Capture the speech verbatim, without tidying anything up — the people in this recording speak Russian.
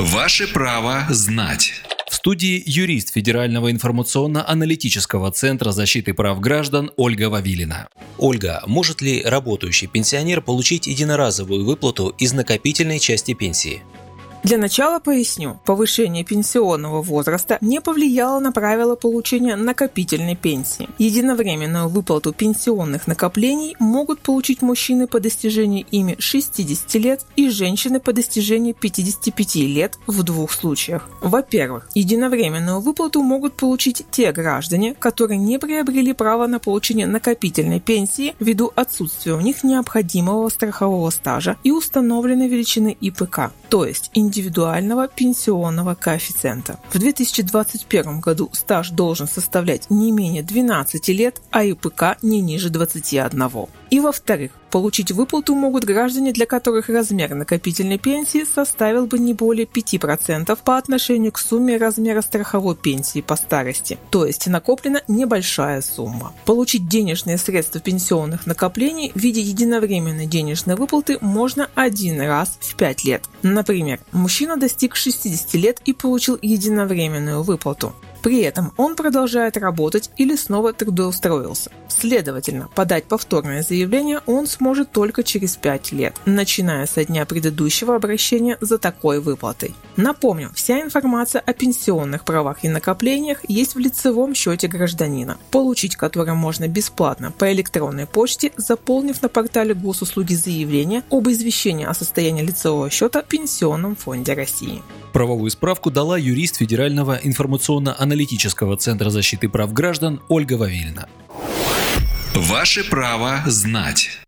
Ваше право знать. В студии юрист Федерального информационно-аналитического центра защиты прав граждан Ольга Вавилина. Ольга, может ли работающий пенсионер получить единоразовую выплату из накопительной части пенсии? Для начала поясню, повышение пенсионного возраста не повлияло на правила получения накопительной пенсии. Единовременную выплату пенсионных накоплений могут получить мужчины по достижении ими шестидесяти лет и женщины по достижении пятидесяти пяти лет в двух случаях. Во-первых, единовременную выплату могут получить те граждане, которые не приобрели право на получение накопительной пенсии ввиду отсутствия у них необходимого страхового стажа и установленной величины И П К, то есть индивидуального пенсионного коэффициента. В две тысячи двадцать первом году стаж должен составлять не менее двенадцати лет, а И П К не ниже двадцати одного. И во-вторых, получить выплату могут граждане, для которых размер накопительной пенсии составил бы не более пяти процентов по отношению к сумме размера страховой пенсии по старости, то есть накоплена небольшая сумма. Получить денежные средства пенсионных накоплений в виде единовременной денежной выплаты можно один раз в пять лет. Например, мужчина достиг шестидесяти лет и получил единовременную выплату. При этом он продолжает работать или снова трудоустроился. Следовательно, подать повторное заявление он сможет только через пять лет, начиная со дня предыдущего обращения за такой выплатой. Напомню, вся информация о пенсионных правах и накоплениях есть в лицевом счете гражданина, получить который можно бесплатно по электронной почте, заполнив на портале госуслуги заявление об извещении о состоянии лицевого счета в Пенсионном фонде России. Правовую справку дала юрист Федерального информационно-аналитического центра защиты прав граждан Ольга Вавилина. Ваше право знать.